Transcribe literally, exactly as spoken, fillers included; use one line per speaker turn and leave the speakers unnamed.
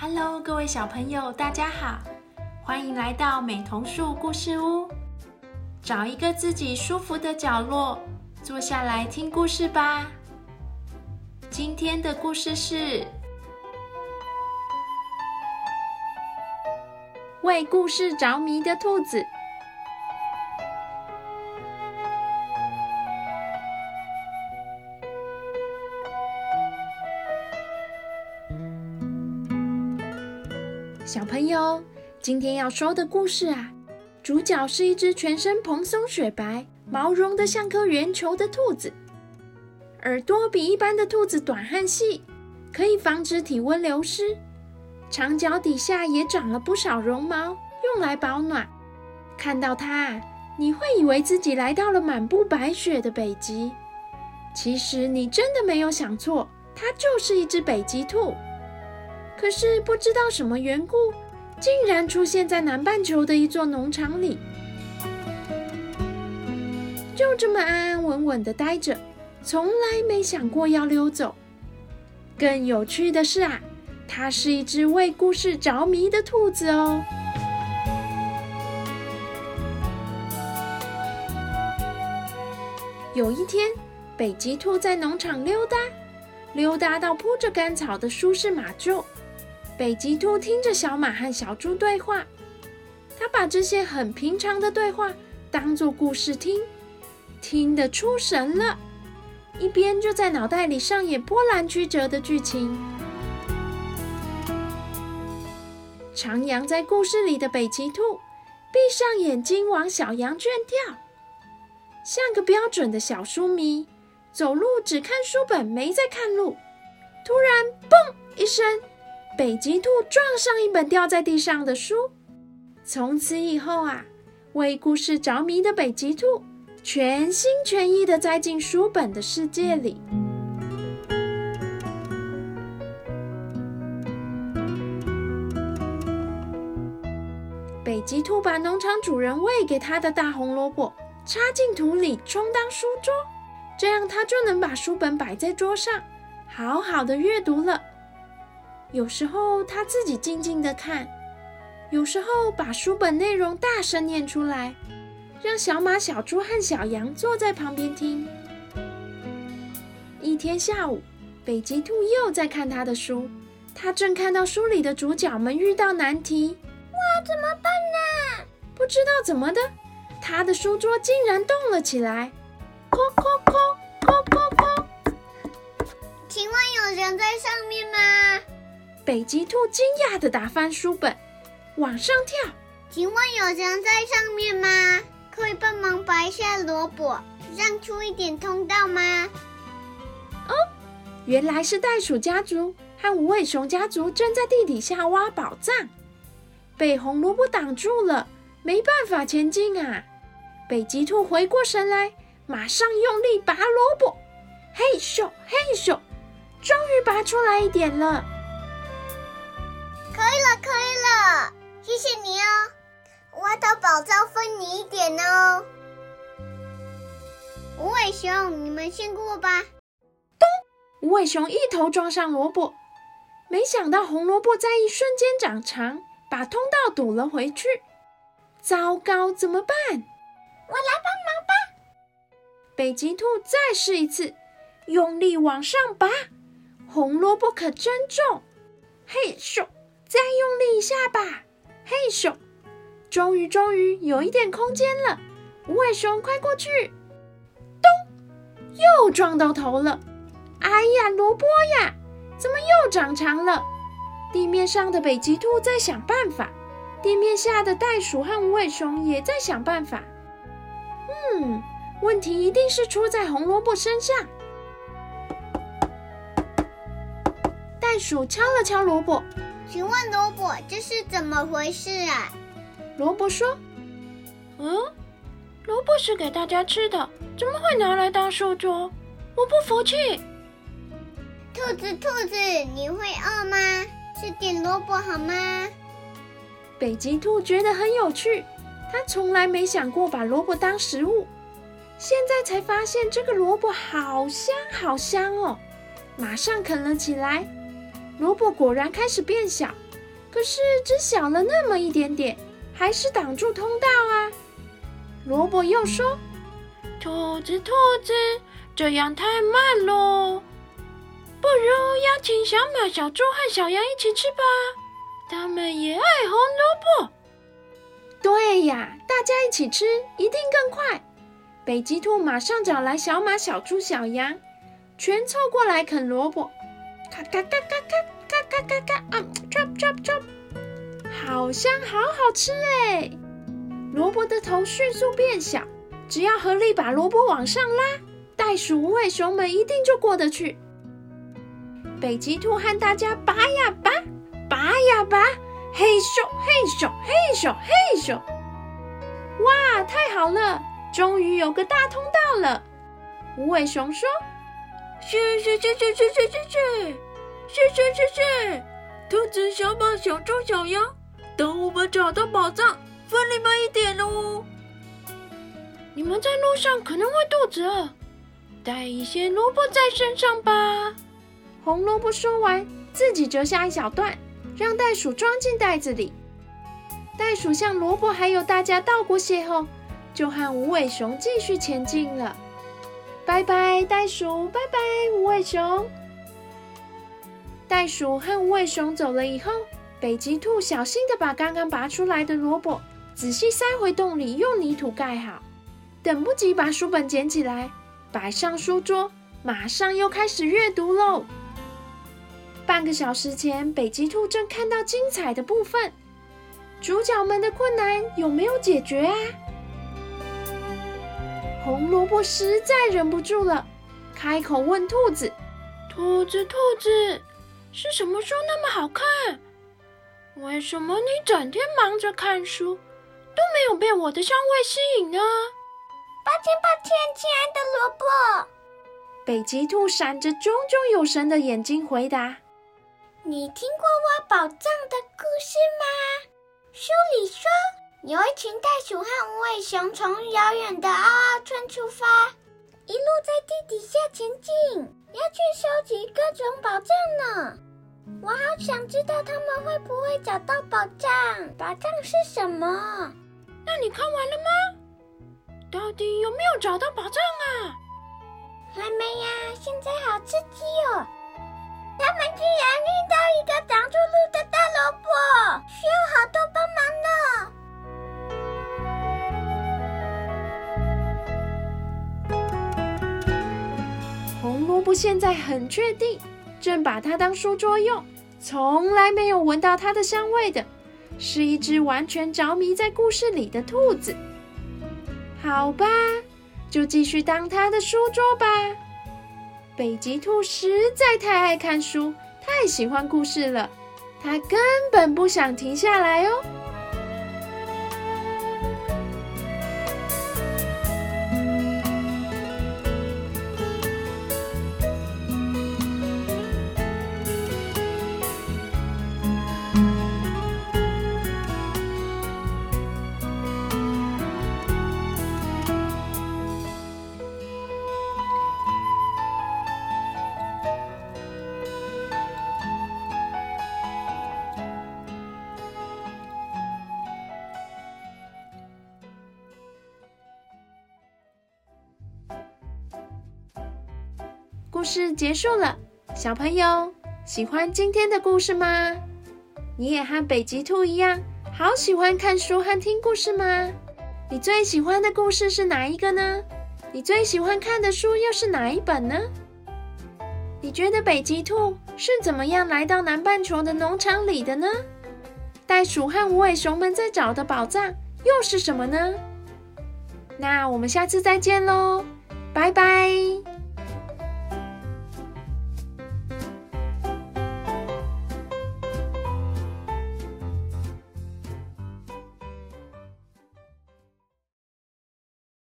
Hello， 各位小朋友，大家好，欢迎来到美童树故事屋。找一个自己舒服的角落，坐下来听故事吧。今天的故事是为故事着迷的兔子。小朋友，今天要说的故事啊，主角是一只全身蓬松雪白、毛绒得像颗圆球的兔子。耳朵比一般的兔子短和细，可以防止体温流失。长脚底下也长了不少绒毛，用来保暖。看到它，你会以为自己来到了满布白雪的北极。其实你真的没有想错，它就是一只北极兔。可是不知道什么缘故，竟然出现在南半球的一座农场里，就这么安安稳稳地待着，从来没想过要溜走。更有趣的是啊，它是一只为故事着迷的兔子哦。有一天，北极兔在农场溜达，溜达到铺着干草的舒适马厩。北极兔听着小马和小猪对话，他把这些很平常的对话当作故事听，听得出神了，一边就在脑袋里上演波澜曲折的剧情。徜徉在故事里的北极兔闭上眼睛往小羊圈跳，像个标准的小书迷，走路只看书本没在看路。突然嘣一声，北极兔撞上一本掉在地上的书。从此以后啊，为故事着迷的北极兔全心全意地栽进书本的世界里。北极兔把农场主人喂给它的大红萝卜插进土里充当书桌，这样它就能把书本摆在桌上，好好的阅读了。有时候他自己静静地看，有时候把书本内容大声念出来，让小马、小猪和小羊坐在旁边听。一天下午，北极兔又在看他的书，他正看到书里的主角们遇到难题。哇，怎么办呢？不知道怎么的，他的书桌竟然动了起来。叩叩叩叩叩叩，
请问有人在上面吗？
北极兔惊讶地打翻书本，往上跳。
请问有人在上面吗？可以帮忙拔一下萝卜，让出一点通道吗？
哦，原来是袋鼠家族和无尾熊家族正在地底下挖宝藏，被红萝卜挡住了，没办法前进啊！北极兔回过神来，马上用力拔萝卜，嘿咻嘿咻，终于拔出来一点了。
可以了，可以了，谢谢你哦。挖到宝藏分你一点哦。无尾熊，你们先过吧。
咚！无尾熊一头撞上萝卜，没想到红萝卜在一瞬间长长，把通道堵了回去。糟糕，怎么办？我
来帮忙吧。
北极兔再试一次，用力往上拔，红萝卜可真重。嘿咻！再用力一下吧，嘿咻！终于终于有一点空间了，无尾熊快过去！咚！又撞到头了！哎呀，萝卜呀，怎么又长长了？地面上的北极兔在想办法，地面下的袋鼠和无尾熊也在想办法。嗯，问题一定是出在红萝卜身上。袋鼠敲了敲萝卜，
请问萝卜，这是怎么回事啊？
萝卜说：嗯，萝卜是给大家吃的，怎么会拿来当书桌？我不服气！
兔子，兔子，你会饿吗？吃点萝卜好吗？
北极兔觉得很有趣，它从来没想过把萝卜当食物，现在才发现这个萝卜好香好香哦，马上啃了起来。萝卜果然开始变小， 可是只小了那么一点点，还是挡住通道啊。萝卜又说：兔子兔子，这样太慢咯，不如邀请小马、小猪和小羊一起吃吧，他们也爱红萝卜。对呀，大家一起吃一定更快。北极兔马上找来小马、小猪、小羊，全凑过来啃萝卜，咔咔咔咔咔咔咔咔咔，嗯 ，chop chop chop， 好香，好好吃哎！萝卜的头迅速变小，只要合力把萝卜往上拉，袋鼠、无尾熊们一定就过得去。北极兔和大家拔呀拔，拔呀拔，嘿咻嘿咻嘿咻嘿咻，哇，太好了！终于有个大通道了。无尾熊说：谢谢谢谢谢谢谢谢谢谢谢谢，兔子、小马、小猪、小羊，等我们找到宝藏，分你们一点哦。你们在路上可能会肚子饿，带一些萝卜在身上吧。红萝卜说完，自己折下一小段，让袋鼠装进袋子里。袋鼠向萝卜还有大家道过谢后，就和无尾熊继续前进了。拜拜，袋鼠，拜拜，无尾熊。袋鼠和无尾熊走了以后，北极兔小心地把刚刚拔出来的萝卜仔细塞回洞里，用泥土盖好。等不及把书本捡起来，摆上书桌，马上又开始阅读喽。半个小时前，北极兔正看到精彩的部分，主角们的困难有没有解决啊？红萝卜实在忍不住了，开口问兔子：兔子兔子，是什么书那么好看？为什么你整天忙着看书，都没有被我的香味吸引呢？
抱歉抱歉，亲爱的萝卜。
北极兔闪着炯炯有神的眼睛回答：
你听过挖宝藏的故事吗？书里说，有一群袋鼠和无尾熊从遥远的嗷嗷村出发，一路在地底下前进，要去收集各种宝藏呢。我好想知道他们会不会找到宝藏，宝藏是什么？
那你看完了吗？到底有没有找到宝藏啊？
还没呀，现在好刺激哦！他们居然遇到一个挡住路的大萝卜，需要好多帮忙呢。
红萝卜现在很确定，正把它当书桌用，从来没有闻到它的香味的，是一只完全着迷在故事里的兔子。好吧，就继续当它的书桌吧。北极兔实在太爱看书，太喜欢故事了，它根本不想停下来哦。故事结束了，小朋友喜欢今天的故事吗？你也和北极兔一样，好喜欢看书和听故事吗？你最喜欢的故事是哪一个呢？你最喜欢看的书又是哪一本呢？你觉得北极兔是怎么样来到南半球的农场里的呢？袋鼠和无尾熊们在找的宝藏又是什么呢？那我们下次再见咯，拜拜。